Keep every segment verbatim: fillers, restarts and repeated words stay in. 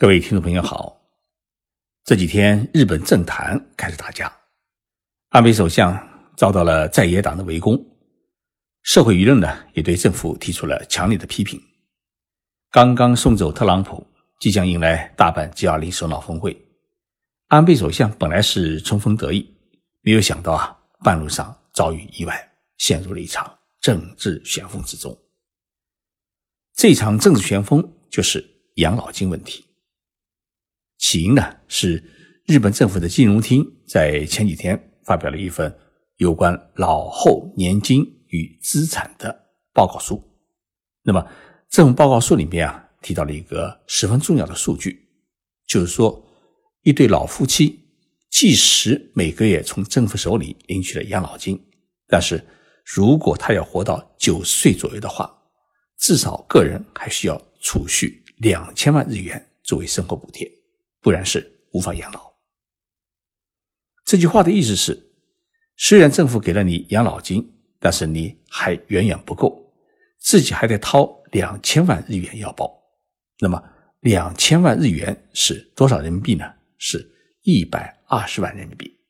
各位听众朋友好，这几天日本政坛开始打架，安倍首相遭到了在野党的围攻，社会舆论呢也对政府提出了强烈的批评。刚刚送走特朗普，即将迎来大阪 G 二十 首脑峰会，安倍首相本来是冲锋得意，没有想到啊，半路上遭遇意外，陷入了一场政治旋风之中。这场政治旋风就是养老金问题。起因呢是日本政府的金融厅在前几天发表了一份有关老后年金与资产的报告书。那么这份报告书里面啊提到了一个十分重要的数据，就是说一对老夫妻即使每个月从政府手里领取了养老金，但是如果他要活到九十岁左右的话，至少个人还需要储蓄两千万日元作为生活补贴，不然是无法养老。这句话的意思是，虽然政府给了你养老金，但是你还远远不够，自己还得掏两千万日元要包。那么两千万日元是多少人民币呢？是一百二十万人民币。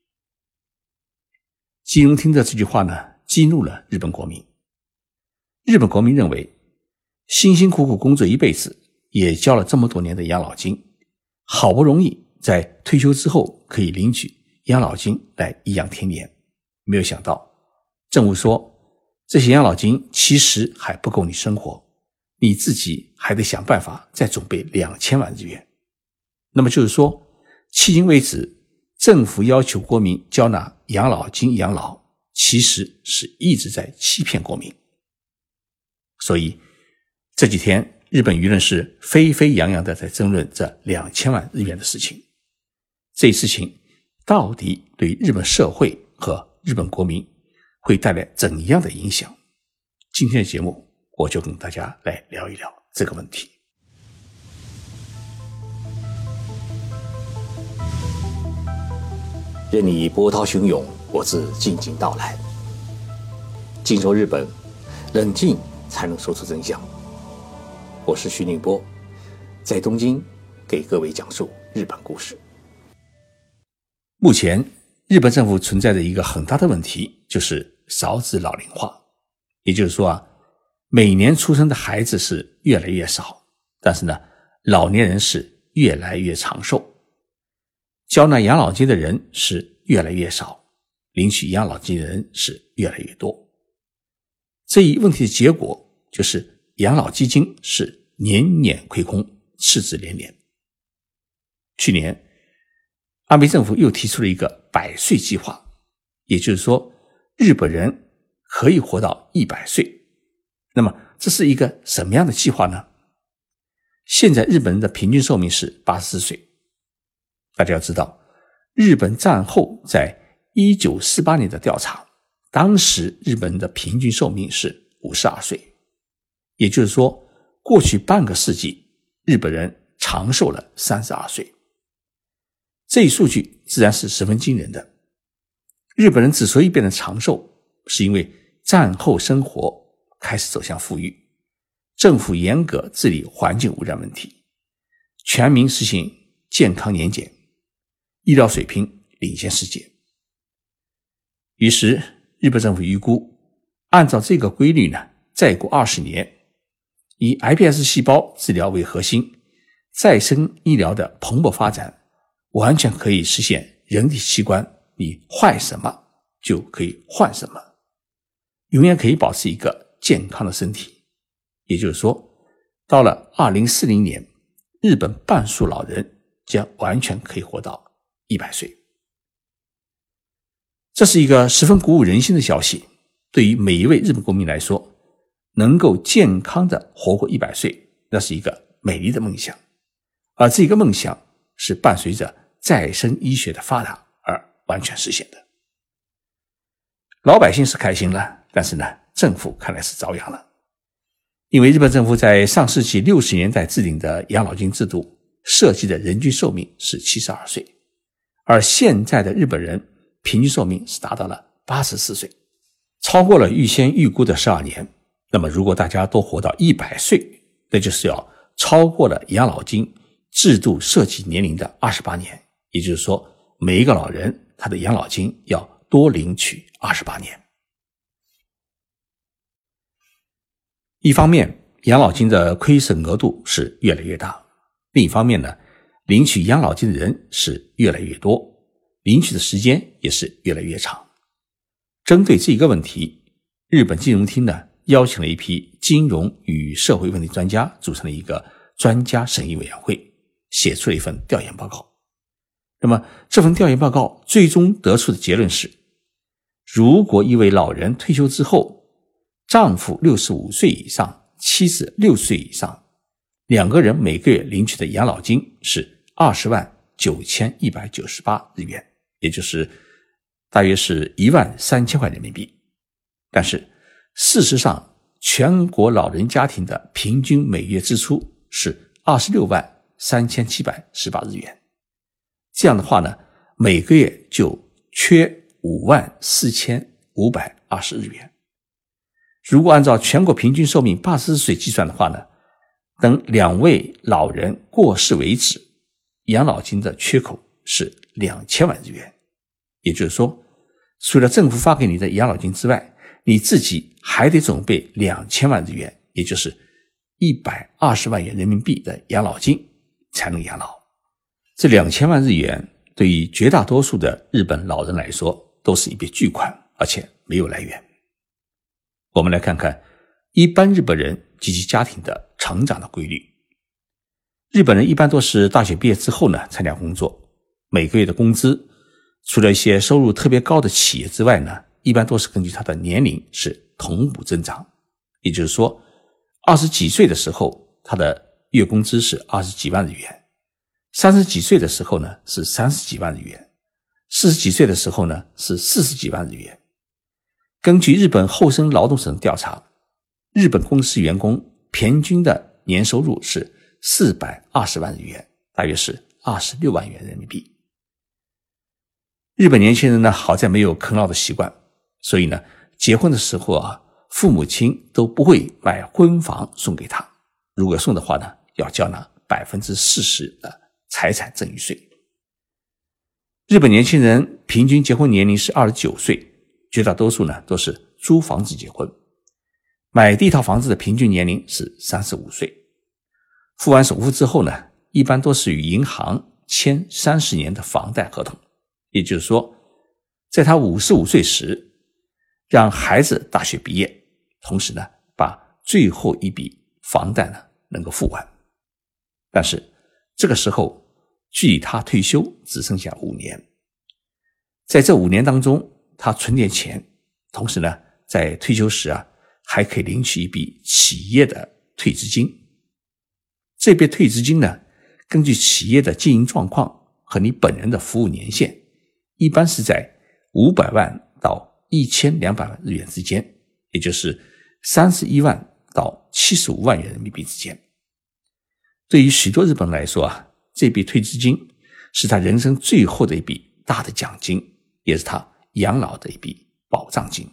金融厅的这句话呢激怒了日本国民。日本国民认为，辛辛苦苦工作一辈子，也交了这么多年的养老金，好不容易在退休之后可以领取养老金来颐养天年，没有想到政府说这些养老金其实还不够你生活，你自己还得想办法再准备两千万日元。那么就是说，迄今为止政府要求国民交纳养老金养老，其实是一直在欺骗国民。所以这几天日本舆论是沸沸扬扬的在争论这两千万日元的事情。这一事情到底对日本社会和日本国民会带来怎样的影响？今天的节目我就跟大家来聊一聊这个问题。 任你波涛汹涌，我自静静到来。静说日本，冷静才能说出真相。我是徐宁波，在东京给各位讲述日本故事。 目前日本政府存在着一个很大的问题，就是少子老龄化。也就是说啊，每年出生的孩子是越来越少，但是呢，老年人是越来越长寿。交纳养老金的人是越来越少，领取养老金的人是越来越多。这一问题的结果就是养老基金是年年亏空，赤字连连。去年安倍政府又提出了一个百岁计划，也就是说日本人可以活到一百岁。那么这是一个什么样的计划呢？现在日本人的平均寿命是八十四岁。大家要知道，日本战后在一九四八年的调查，当时日本人的平均寿命是五十二岁。也就是说，过去半个世纪日本人长寿了三十二岁。这一数据自然是十分惊人的。日本人之所以变得长寿，是因为战后生活开始走向富裕，政府严格治理环境污染问题，全民实行健康年检，医疗水平领先世界。于是日本政府预估，按照这个规律呢，再过二十年，以 I P S 细胞治疗为核心，再生医疗的蓬勃发展，完全可以实现人体器官你坏什么就可以换什么，永远可以保持一个健康的身体。也就是说，到了二零四零年，日本半数老人将完全可以活到一百岁。这是一个十分鼓舞人心的消息，对于每一位日本国民来说，能够健康的活过一百岁，那是一个美丽的梦想。而这个梦想是伴随着再生医学的发达而完全实现的。老百姓是开心了，但是呢，政府看来是遭殃了。因为日本政府在上世纪六十年代制定的养老金制度设计的人均寿命是七十二岁，而现在的日本人平均寿命是达到了八十四岁，超过了预先预估的十二年。那么如果大家都活到一百岁，那就是要超过了养老金制度设计年龄的二十八年，也就是说每一个老人他的养老金要多领取二十八年。一方面养老金的亏损额度是越来越大，另一方面呢，领取养老金的人是越来越多，领取的时间也是越来越长。针对这一个问题，日本金融厅呢邀请了一批金融与社会问题专家组成了一个专家审议委员会，写出了一份调研报告。那么这份调研报告最终得出的结论是，如果一位老人退休之后，丈夫六十五岁以上，妻子六十岁以上，两个人每个月领取的养老金是二十万九千一百九十八日元，也就是大约是一万三千块人民币。但是事实上，全国老人家庭的平均每月支出是二十六万三千七百十八日元。这样的话呢，每个月就缺五万四千五百二十日元。如果按照全国平均寿命八十四岁计算的话呢，等两位老人过世为止，养老金的缺口是两千万日元。也就是说，除了政府发给你的养老金之外，你自己还得准备两千万日元，也就是一百二十万元人民币的养老金才能养老。这两千万日元对于绝大多数的日本老人来说都是一笔巨款，而且没有来源。我们来看看一般日本人及其家庭的成长的规律。日本人一般都是大学毕业之后呢参加工作，每个月的工资除了一些收入特别高的企业之外呢，一般都是根据他的年龄是同步增长。也就是说，二十几岁的时候他的月工资是二十几万日元，三十几岁的时候呢是三十几万日元，四十几岁的时候呢是四十几万日元。根据日本厚生劳动省调查，日本公司员工平均的年收入是四百二十万日元，大约是二十六万元人民币。日本年轻人呢，好在没有啃老的习惯，所以呢，结婚的时候啊，父母亲都不会买婚房送给他，如果送的话呢，要交纳 百分之四十 的财产赠与税。日本年轻人平均结婚年龄是二十九岁，绝大多数呢都是租房子结婚，买第一套房子的平均年龄是三十五岁。付完首付之后呢，一般都是与银行签三十年的房贷合同，也就是说，在他五十五岁时，让孩子大学毕业，同时呢，把最后一笔房贷呢能够付完。但是这个时候，距离他退休只剩下五年，在这五年当中，他存点钱，同时呢，在退休时啊，还可以领取一笔企业的退职金。这笔退职金呢，根据企业的经营状况和你本人的服务年限，一般是在五百万到一千两百万日元之间，也就是三十一万到七十五万元人民币之间。对于许多日本人来说啊，这笔退职金是他人生最后的一笔大的奖金，也是他养老的一笔保障金。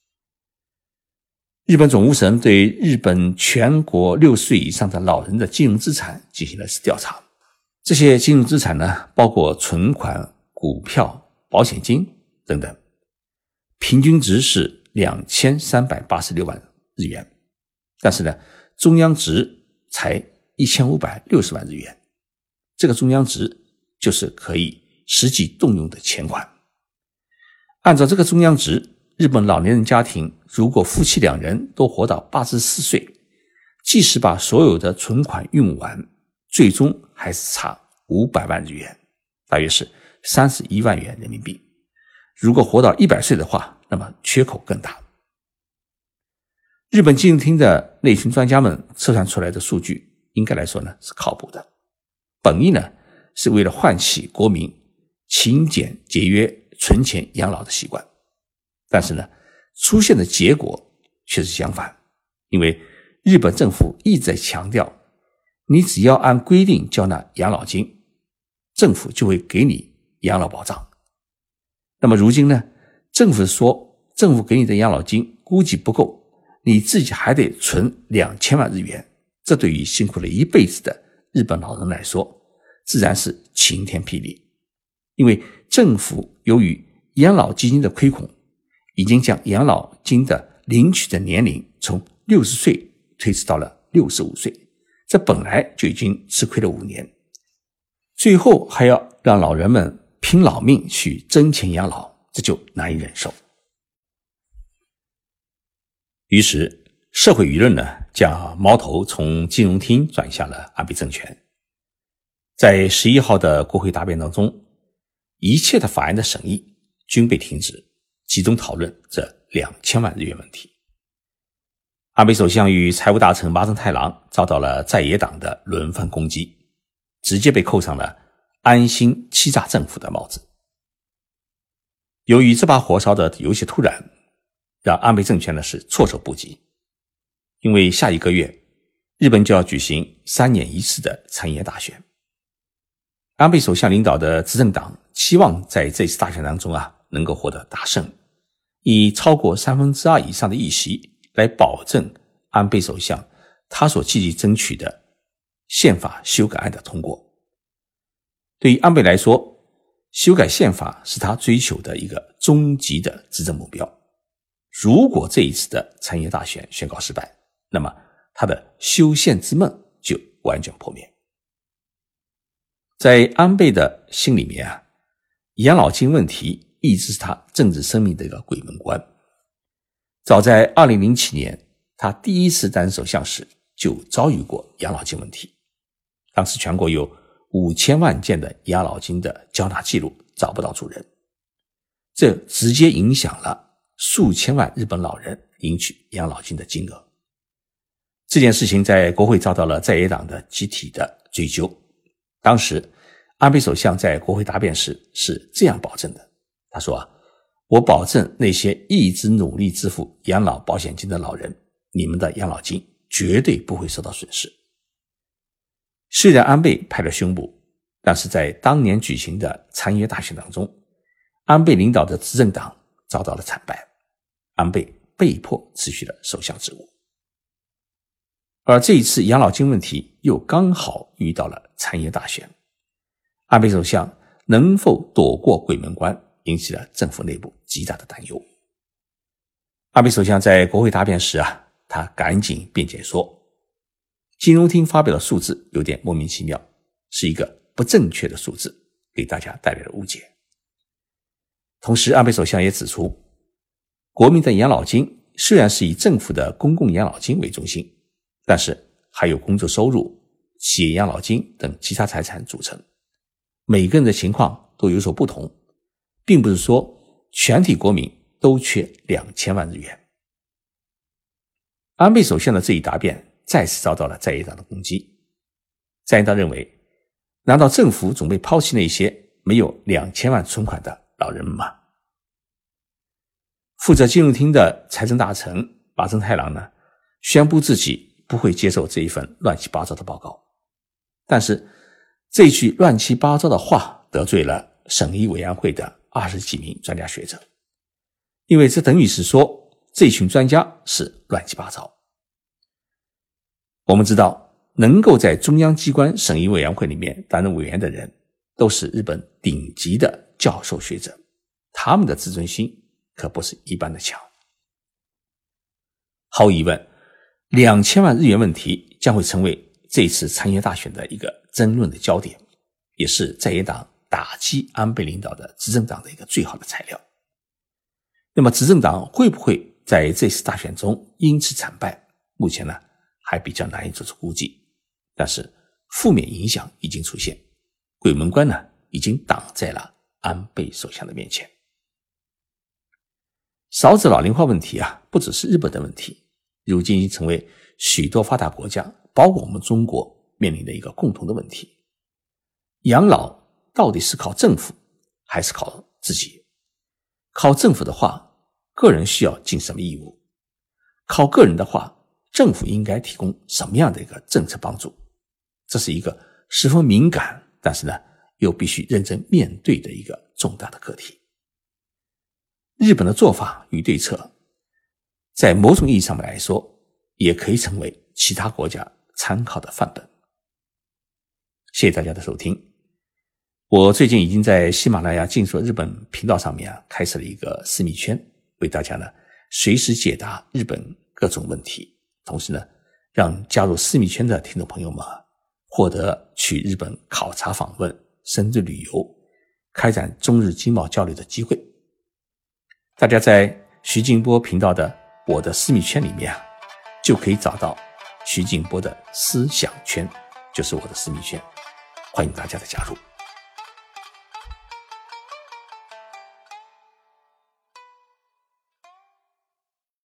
日本总务省对日本全国六十岁以上的老人的金融资产进行了调查，这些金融资产呢，包括存款、股票、保险金等等，平均值是两千三百八十六万日元，但是呢，中央值才一千五百六十万日元，这个中央值就是可以实际动用的钱款。按照这个中央值，日本老年人家庭如果夫妻两人都活到八十四岁，即使把所有的存款用完，最终还是差五百万日元，大约是三十一万元人民币。如果活到一百岁的话，那么缺口更大。日本金融厅的那群专家们测算出来的数据，应该来说呢是靠谱的。本意呢是为了唤起国民勤俭节约、存钱养老的习惯，但是呢，出现的结果却是相反。因为日本政府一直在强调，你只要按规定交纳养老金，政府就会给你养老保障。那么如今呢，政府说政府给你的养老金估计不够，你自己还得存两千万日元，这对于辛苦了一辈子的日本老人来说， 自然是晴天霹雳。因为政府由于养老基金的亏空，已经将养老金的领取的年龄从六十岁推迟到了六十五岁，这本来就已经吃亏了五年，最后还要让老人们拼老命去挣钱养老，这就难以忍受。于是社会舆论呢，将矛头从金融厅转向了安倍政权。在十一号的国会答辩当中，一切的法案的审议均被停止，集中讨论这两千万日元问题。安倍首相与财务大臣麻生太郎遭到了在野党的轮番攻击，直接被扣上了安心欺诈政府的帽子。由于这把火烧的有些突然，让安倍政权呢是措手不及。因为下一个月日本就要举行三年一次的参议院大选，安倍首相领导的执政党期望在这次大选当中啊能够获得大胜，以超过三分之二以上的议席来保证安倍首相他所积极争取的宪法修改案的通过。对于安倍来说，修改宪法是他追求的一个终极的执政目标。如果这一次的参议院大选宣告失败，那么他的修宪之梦就完全破灭。在安倍的心里面啊，养老金问题一直是他政治生命的一个鬼门关。早在二零零七年，他第一次担任首相时就遭遇过养老金问题。当时全国有五千万件的养老金的缴纳记录找不到主人，这直接影响了数千万日本老人领取养老金的金额。这件事情在国会遭到了在野党的集体的追究。当时安倍首相在国会答辩时是这样保证的，他说啊，我保证那些一直努力支付养老保险金的老人，你们的养老金绝对不会受到损失。虽然安倍拍了胸脯，但是在当年举行的参议院大选当中，安倍领导的执政党遭到了惨败，安倍被迫辞去了首相职务。而这一次养老金问题又刚好遇到了参议院大选，安倍首相能否躲过鬼门关，引起了政府内部极大的担忧。安倍首相在国会答辩时啊，他赶紧辩解说，金融厅发表的数字有点莫名其妙，是一个不正确的数字，给大家带来了误解。同时安倍首相也指出，国民的养老金虽然是以政府的公共养老金为中心，但是还有工作收入、企业养老金等其他财产组成，每个人的情况都有所不同，并不是说全体国民都缺两千万日元。安倍首相的这一答辩再次遭到了在野党的攻击。在野党认为，难道政府准备抛弃那些没有两千万存款的老人们吗？负责金融厅的财政大臣麻生太郎呢，宣布自己不会接受这一份乱七八糟的报告。但是这句乱七八糟的话得罪了审议委员会的二十几名专家学者，因为这等于是说这群专家是乱七八糟。我们知道，能够在中央机关审议委员会里面担任委员的人都是日本顶级的教授学者，他们的自尊心可不是一般的强。毫无疑问，两千万日元问题将会成为这次参议院大选的一个争论的焦点，也是在野党打击安倍领导的执政党的一个最好的材料。那么执政党会不会在这次大选中因此惨败，目前呢还比较难以做出估计，但是负面影响已经出现，鬼门关呢已经挡在了安倍首相的面前。少子老龄化问题啊，不只是日本的问题，如今已经成为许多发达国家，包括我们中国面临的一个共同的问题。养老到底是靠政府还是靠自己？靠政府的话，个人需要尽什么义务？靠个人的话，政府应该提供什么样的一个政策帮助？这是一个十分敏感，但是呢又必须认真面对的一个重大的课题。日本的做法与对策，在某种意义上来说，也可以成为其他国家参考的范本。谢谢大家的收听， 我最近已经在喜马拉雅静说日本频道上面啊开设了一个私密圈，为大家呢随时解答日本各种问题，同时呢让加入私密圈的听众朋友们获得去日本考察访问、深度旅游、开展中日经贸交流的机会。大家在徐静波频道的我的私密圈里面啊，就可以找到徐静波的思想圈，就是我的私密圈，欢迎大家的加入。